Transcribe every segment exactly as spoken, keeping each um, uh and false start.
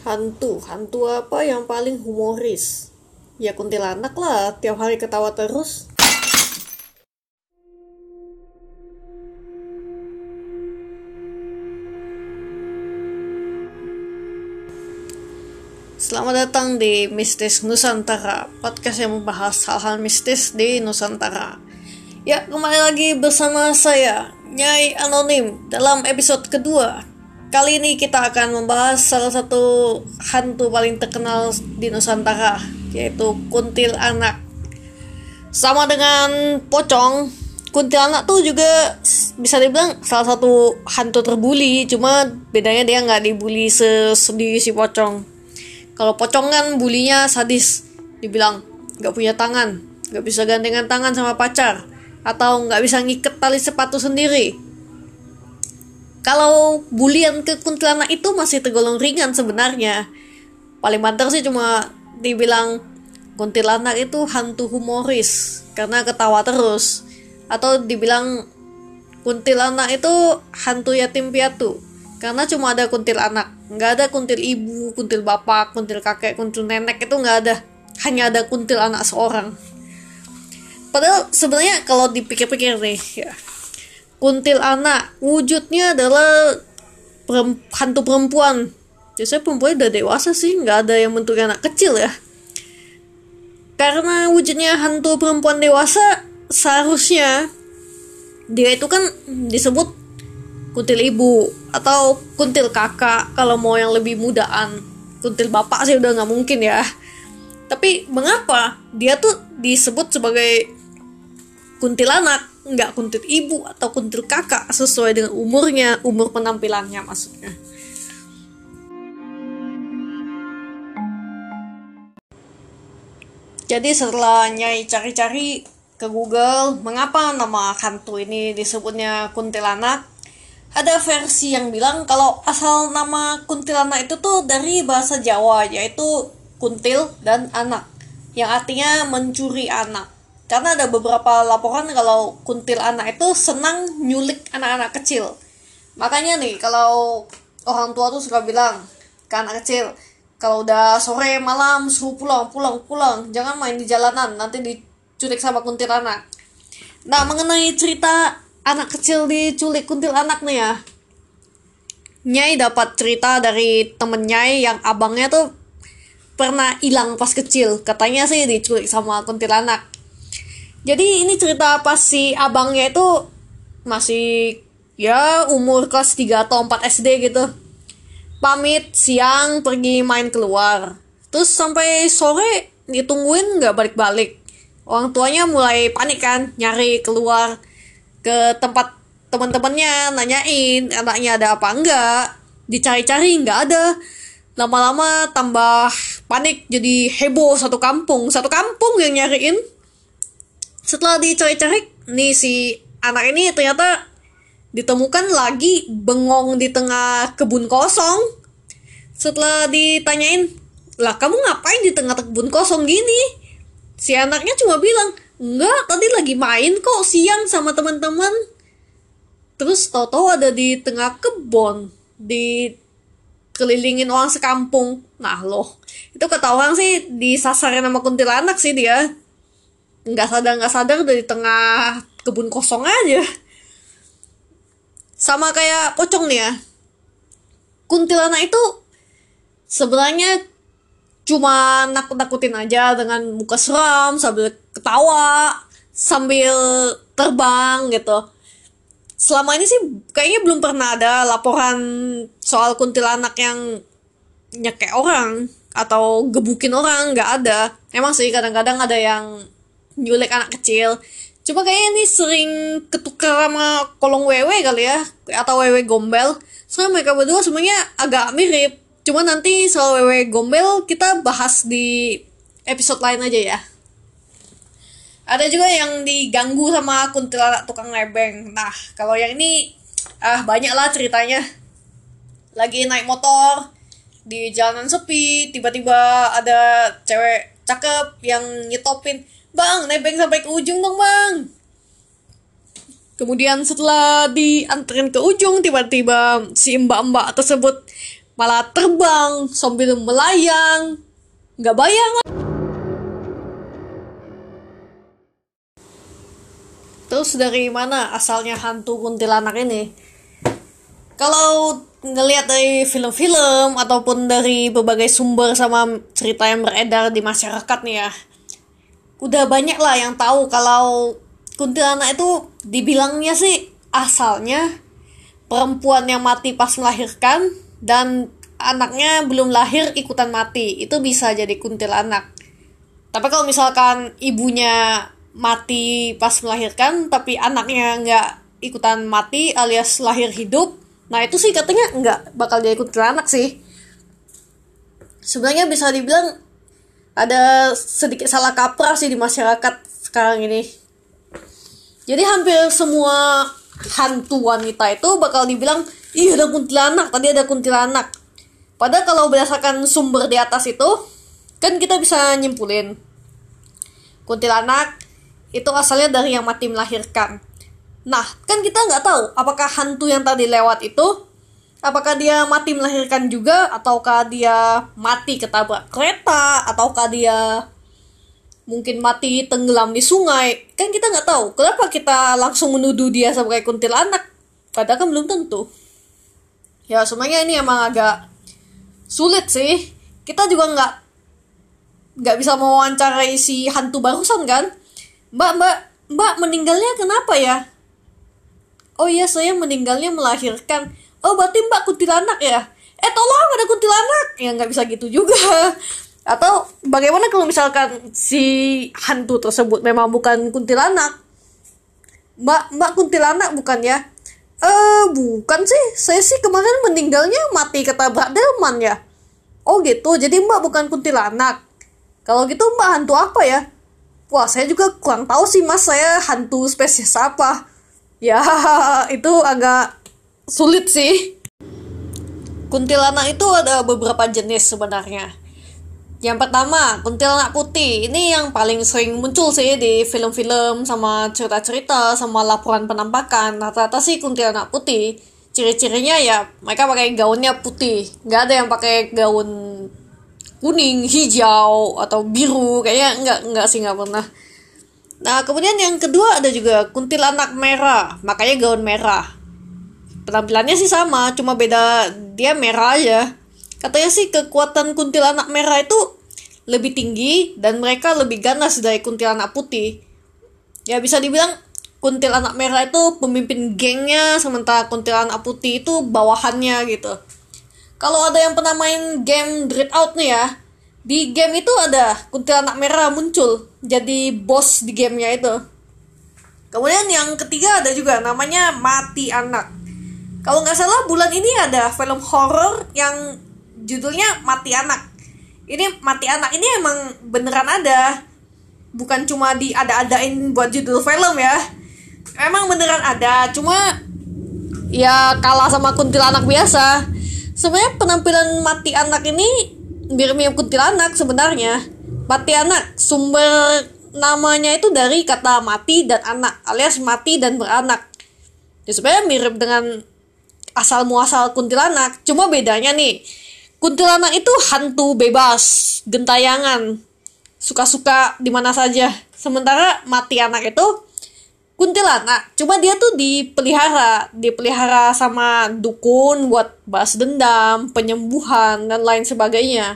Hantu, hantu apa yang paling humoris? Ya kuntilanak lah, tiap hari ketawa terus. Selamat datang di Mistis Nusantara, podcast yang membahas hal-hal mistis di Nusantara. Ya, kembali lagi bersama saya, Nyai Anonim, dalam episode kedua. Kali ini kita akan membahas salah satu hantu paling terkenal di Nusantara, yaitu kuntilanak. Sama dengan pocong, kuntilanak tuh juga bisa dibilang salah satu hantu terbuli, cuma bedanya dia nggak dibully sesedih si pocong. Kalau pocong kan bulinya sadis, dibilang nggak punya tangan, nggak bisa gandengan tangan sama pacar, atau nggak bisa ngiket tali sepatu sendiri. Kalau bulian ke kuntilanak itu masih tergolong ringan sebenarnya. Paling banter sih cuma dibilang kuntilanak itu hantu humoris karena ketawa terus, atau dibilang kuntilanak itu hantu yatim piatu karena cuma ada kuntilanak, nggak ada kuntil ibu, kuntil bapak, kuntil kakek, kuntil nenek, itu nggak ada, hanya ada kuntilanak seorang. Padahal sebenarnya kalau dipikir-pikir nih ya, kuntilanak wujudnya adalah perem- hantu perempuan. Biasanya perempuan udah dewasa sih, nggak ada yang bentuknya anak kecil ya. Karena wujudnya hantu perempuan dewasa, seharusnya dia itu kan disebut kuntil ibu atau kuntil kakak kalau mau yang lebih mudaan. Kuntil bapak sih udah nggak mungkin ya. Tapi mengapa dia tuh disebut sebagai kuntilanak, nggak kuntil ibu atau kuntil kakak sesuai dengan umurnya, umur penampilannya maksudnya. Jadi setelah Nyai cari-cari ke Google mengapa nama hantu ini disebutnya kuntilanak, ada versi yang bilang kalau asal nama kuntilanak itu tuh dari bahasa Jawa, yaitu kuntil dan anak, yang artinya mencuri anak. Karena ada beberapa laporan kalau kuntilanak itu senang nyulik anak-anak kecil. Makanya nih, kalau orang tua tuh suka bilang ke anak kecil, kalau udah sore malam suruh pulang, pulang, pulang, jangan main di jalanan, nanti diculik sama kuntilanak. Nah, mengenai cerita anak kecil diculik kuntilanak nih ya, Nyai dapat cerita dari temen Nyai yang abangnya tuh pernah hilang pas kecil. Katanya sih diculik sama kuntilanak. Jadi ini cerita pas si abangnya itu masih ya umur kelas tiga atau empat S D gitu. Pamit siang pergi main keluar. Terus sampai sore ditungguin gak balik-balik. Orang tuanya mulai panik kan, nyari keluar ke tempat teman-temannya, nanyain anaknya ada apa enggak. Dicari-cari gak ada. Lama-lama tambah panik, jadi heboh satu kampung. Satu kampung yang nyariin. Setelah dicari-cari, nih si anak ini ternyata ditemukan lagi bengong di tengah kebun kosong. Setelah ditanyain, lah kamu ngapain di tengah kebun kosong gini? Si anaknya cuma bilang, enggak, tadi lagi main kok siang sama teman-teman. Terus tahu-tahu ada di tengah kebun, dikelilingin orang sekampung. Nah loh, itu kata orang sih disasarin sama kuntilanak sih dia. Nggak sadar nggak sadar dari tengah kebun kosong aja. Sama kayak pocong nih ya, kuntilanak itu sebenarnya cuma nakut-nakutin aja dengan muka seram sambil ketawa sambil terbang gitu. Selama ini sih kayaknya belum pernah ada laporan soal kuntilanak yang nyekek orang atau gebukin orang, nggak ada. Emang sih kadang-kadang ada yang nyulik anak kecil, cuma kayaknya ini sering ketukar sama kolong wewe kali ya, atau wewe gombel. Soalnya mereka berdua sebenarnya agak mirip, cuma nanti soal wewe gombel kita bahas di episode lain aja ya. Ada juga yang diganggu sama kuntilanak tukang nebeng. Nah kalau yang ini ah banyak lah ceritanya. Lagi naik motor di jalanan sepi, tiba-tiba ada cewek cakep yang nyetopin, bang, nebeng sampai ke ujung dong bang. Kemudian setelah dianterin ke ujung, tiba-tiba si mbak-mbak tersebut malah terbang sambil melayang. Nggak bayang. Terus dari mana asalnya hantu kuntilanak ini? Kalau ngelihat dari film-film ataupun dari berbagai sumber sama cerita yang beredar di masyarakat nih ya, udah banyak lah yang tahu kalau kuntilanak itu dibilangnya sih asalnya perempuan yang mati pas melahirkan dan anaknya belum lahir ikutan mati. Itu bisa jadi kuntilanak. Tapi kalau misalkan ibunya mati pas melahirkan tapi anaknya nggak ikutan mati alias lahir hidup, nah itu sih katanya nggak bakal jadi kuntilanak sih. Sebenarnya bisa dibilang ada sedikit salah kaprah sih di masyarakat sekarang ini. Jadi hampir semua hantu wanita itu bakal dibilang, ih ada kuntilanak, tadi ada kuntilanak. Padahal kalau berdasarkan sumber di atas itu, kan kita bisa nyimpulin kuntilanak itu asalnya dari yang mati melahirkan. Nah, kan kita nggak tahu apakah hantu yang tadi lewat itu, apakah dia mati melahirkan juga, ataukah dia mati ketabrak kereta, ataukah dia mungkin mati tenggelam di sungai. Kan kita nggak tahu. Kenapa kita langsung menuduh dia sebagai kuntilanak? Padahal kan belum tentu. Ya, sebenarnya ini emang agak sulit sih. Kita juga nggak nggak bisa mewawancarai si hantu barusan kan. Mbak, mbak, mbak meninggalnya kenapa ya? Oh iya, saya meninggalnya melahirkan. Oh, berarti mbak kuntilanak ya? Eh, tolong, ada kuntilanak. Ya, nggak bisa gitu juga. Atau bagaimana kalau misalkan si hantu tersebut memang bukan kuntilanak? Mbak, mbak kuntilanak bukan ya? Eh, bukan sih. Saya sih kemarin meninggalnya mati ketabrak delman ya. Oh gitu, jadi mbak bukan kuntilanak. Kalau gitu mbak hantu apa ya? Wah, saya juga kurang tahu sih mas, saya hantu spesies apa. Ya, itu agak sulit sih. Kuntilanak itu ada beberapa jenis sebenarnya. Yang pertama, kuntilanak putih. Ini yang paling sering muncul sih di film-film sama cerita-cerita sama laporan penampakan. Rata-rata sih kuntilanak putih. Ciri-cirinya ya mereka pakai gaunnya putih. Nggak ada yang pakai gaun kuning, hijau, atau biru. Kayaknya enggak, enggak sih, enggak pernah. Nah, kemudian yang kedua ada juga kuntilanak merah. Makanya gaun merah. Penampilannya sih sama, cuma beda dia merah aja. Katanya sih kekuatan kuntilanak merah itu lebih tinggi dan mereka lebih ganas dari kuntilanak putih. Ya bisa dibilang kuntilanak merah itu pemimpin gengnya, sementara kuntilanak putih itu bawahannya gitu. Kalau ada yang pernah main game Dread Out nih ya, di game itu ada kuntilanak merah muncul jadi bos di gamenya itu. Kemudian yang ketiga ada juga namanya Mati Anak. Kalau nggak salah bulan ini ada film horor yang judulnya Mati Anak. Ini Mati Anak ini emang beneran ada, bukan cuma diada-adain buat judul film ya. Emang beneran ada, cuma ya kalah sama kuntilanak biasa. Sebenarnya penampilan Mati Anak ini mirip-mirip kuntilanak sebenarnya. Mati Anak sumber namanya itu dari kata mati dan anak, alias mati dan beranak. Ya sebenarnya mirip dengan asal muasal kuntilanak. Cuma bedanya nih, kuntilanak itu hantu bebas, gentayangan, suka-suka di mana saja. Sementara Mati Anak itu kuntilanak, cuma dia tuh dipelihara, dipelihara sama dukun buat balas dendam, penyembuhan, dan lain sebagainya.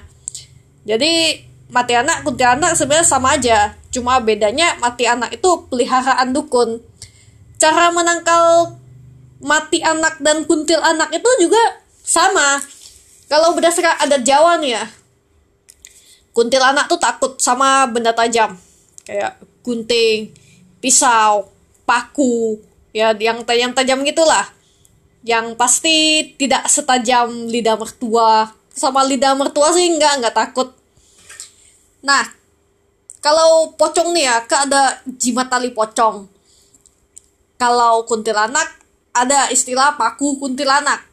Jadi Mati Anak, kuntilanak sebenarnya sama aja, cuma bedanya Mati Anak itu peliharaan dukun. Cara menangkal Mati Anak dan kuntilanak itu juga sama. Kalau berdasarkan adat Jawa nih ya, kuntilanak tuh takut sama benda tajam, kayak gunting, pisau, paku, ya yang yang tajam gitulah. Yang pasti tidak setajam lidah mertua. Sama lidah mertua sih enggak, enggak takut. Nah, kalau pocong nih ya, kan ada jimat tali pocong. Kalau kuntilanak ada istilah paku kuntilanak.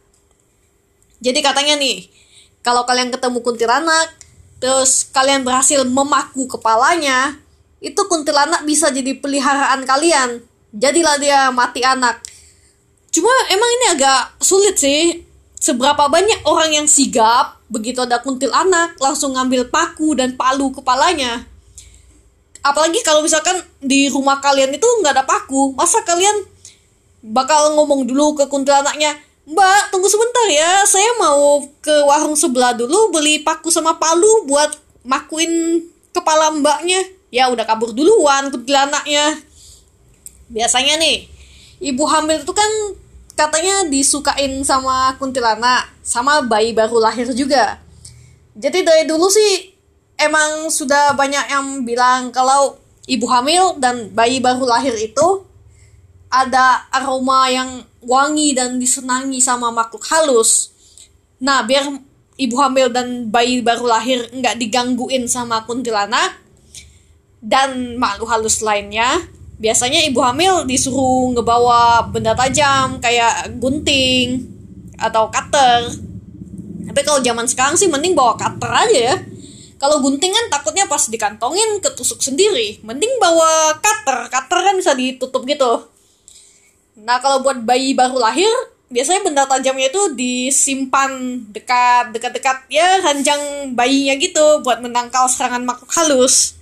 Jadi katanya nih, kalau kalian ketemu kuntilanak, terus kalian berhasil memaku kepalanya, itu kuntilanak bisa jadi peliharaan kalian. Jadilah dia Mati Anak. Cuma emang ini agak sulit sih. seberapa banyak orang yang sigap begitu ada kuntilanak langsung ngambil paku dan palu kepalanya. Apalagi kalau misalkan di rumah kalian itu nggak ada paku, masa kalian bakal ngomong dulu ke kuntilanaknya, "Mbak, tunggu sebentar ya, saya mau ke warung sebelah dulu beli paku sama palu buat makuin kepala mbaknya." Ya udah kabur duluan kuntilanaknya. Biasanya nih, ibu hamil itu kan katanya disukain sama kuntilanak, sama bayi baru lahir juga. Jadi dari dulu sih emang sudah banyak yang bilang kalau ibu hamil dan bayi baru lahir itu ada aroma yang wangi dan disenangi sama makhluk halus. Nah, biar ibu hamil dan bayi baru lahir nggak digangguin sama kuntilanak dan makhluk halus lainnya, biasanya ibu hamil disuruh ngebawa benda tajam kayak gunting atau cutter. Tapi kalau zaman sekarang sih mending bawa cutter aja ya. Kalau gunting kan takutnya pas dikantongin ketusuk sendiri. Mending bawa cutter. Cutter kan bisa ditutup gitu. Nah, kalau buat bayi baru lahir, biasanya benda tajamnya itu disimpan dekat dekat-dekat ya ranjang bayinya gitu buat menangkal serangan makhluk halus.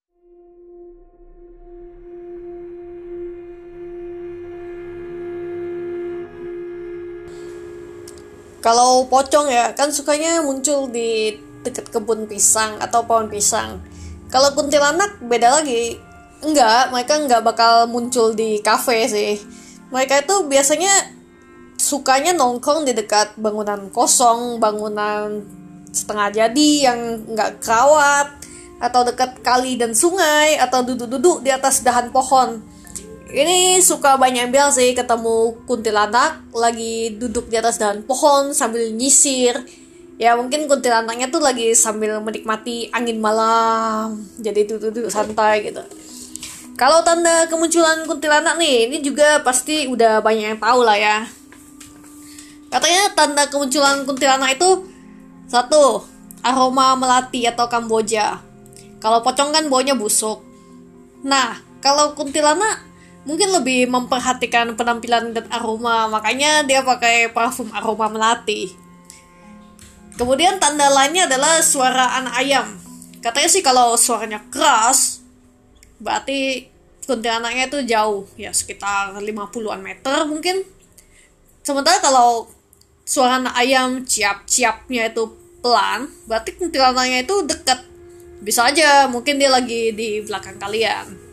Kalau pocong ya, kan sukanya muncul di dekat kebun pisang atau pohon pisang. Kalau kuntilanak beda lagi. Enggak, mereka enggak bakal muncul di kafe sih. Mereka itu biasanya sukanya nongkrong di dekat bangunan kosong, bangunan setengah jadi yang enggak kerawat, atau dekat kali dan sungai, atau duduk-duduk di atas dahan pohon. Ini suka banyak bilang sih ketemu kuntilanak lagi duduk di atas dahan pohon sambil nyisir. Ya mungkin kuntilanaknya tuh lagi sambil menikmati angin malam, jadi duduk-duduk santai gitu. Kalau tanda kemunculan kuntilanak nih, ini juga pasti udah banyak yang tahu lah ya. Katanya tanda kemunculan kuntilanak itu satu, aroma melati atau kamboja. Kalau pocong kan baunya busuk. Nah, kalau kuntilanak mungkin lebih memperhatikan penampilan dan aroma, makanya dia pakai parfum aroma melati. Kemudian tanda lainnya adalah suara anak ayam. Katanya sih kalau suaranya keras, berarti kuntilanaknya itu jauh, ya sekitar lima puluhan meter mungkin. Sementara kalau suara anak ayam ciap-ciapnya itu pelan, berarti kuntilanaknya itu dekat. Bisa aja, mungkin dia lagi di belakang kalian.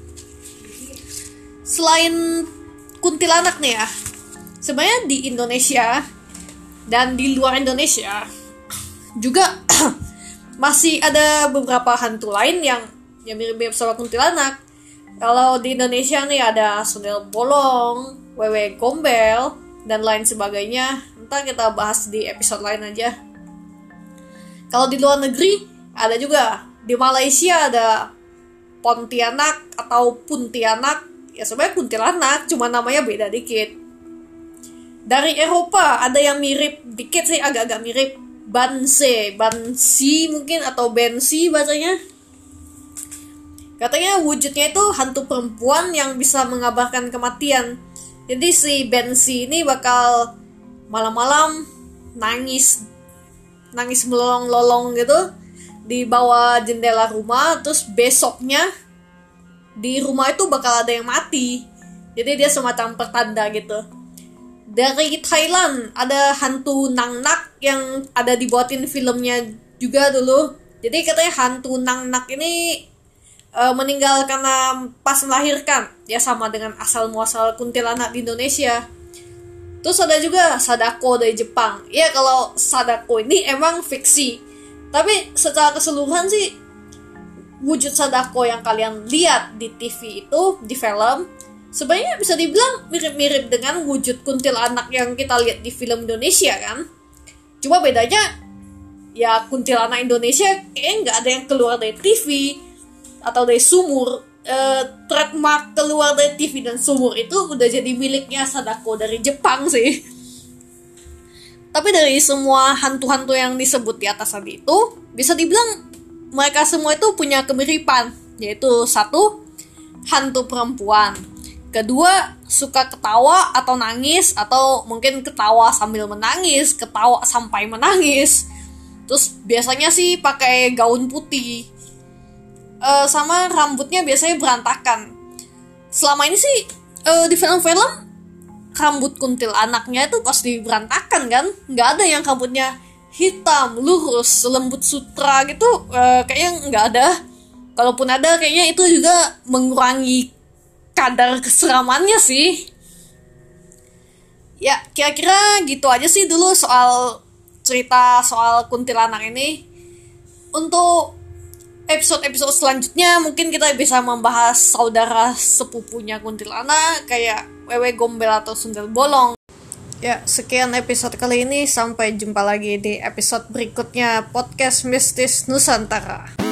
Selain kuntilanak nih ya, sebenarnya di Indonesia dan di luar Indonesia juga masih ada beberapa hantu lain yang yang mirip-mirip sama kuntilanak. Kalau di Indonesia nih ada sundel bolong, wewe gombel, dan lain sebagainya. Ntar kita bahas di episode lain aja. Kalau di luar negeri ada juga. Di Malaysia ada Pontianak atau Puntianak. Ya sebenarnya kuntilanak, cuma namanya beda dikit. Dari Eropa ada yang mirip dikit sih, agak-agak mirip. Banse, Bansi mungkin, atau Bensi bacanya. Katanya wujudnya itu hantu perempuan yang bisa mengabarkan kematian. Jadi si Bensi ini bakal malam-malam nangis, nangis melolong-lolong gitu di bawah jendela rumah. Terus besoknya di rumah itu bakal ada yang mati. Jadi dia semacam pertanda gitu. Dari Thailand ada hantu Nang Nak yang ada dibuatin filmnya juga dulu. Jadi katanya hantu Nang Nak ini uh, meninggal karena pas melahirkan. Ya sama dengan asal muasal kuntilanak di Indonesia. Terus ada juga Sadako dari Jepang. Ya kalau Sadako ini emang fiksi, tapi secara keseluruhan sih wujud Sadako yang kalian lihat di T V itu, di film, sebenarnya bisa dibilang mirip-mirip dengan wujud kuntilanak yang kita lihat di film Indonesia kan. Cuma bedanya, ya kuntilanak Indonesia kayaknya nggak ada yang keluar dari T V atau dari sumur. E, trademark keluar dari T V dan sumur itu udah jadi miliknya Sadako dari Jepang sih. Tapi dari semua hantu-hantu yang disebut di atas tadi itu, bisa dibilang mereka semua itu punya kemiripan, yaitu satu, hantu perempuan. Kedua, suka ketawa atau nangis, atau mungkin ketawa sambil menangis, ketawa sampai menangis. Terus biasanya sih pakai gaun putih. E, sama rambutnya biasanya berantakan. Selama ini sih e, di film-film rambut kuntilanaknya itu pasti berantakan kan? Nggak ada yang rambutnya hitam, lurus, lembut sutra gitu. E, kayaknya nggak ada. Kalaupun ada, kayaknya itu juga mengurangi kadar keseramannya sih. Ya, kira-kira gitu aja sih dulu soal cerita soal kuntilanak ini. Untuk episode-episode selanjutnya mungkin kita bisa membahas saudara sepupunya kuntilanak kayak Wewe Gombel atau Sundel Bolong. Ya, sekian episode kali ini. Sampai jumpa lagi di episode berikutnya Podcast Mistis Nusantara.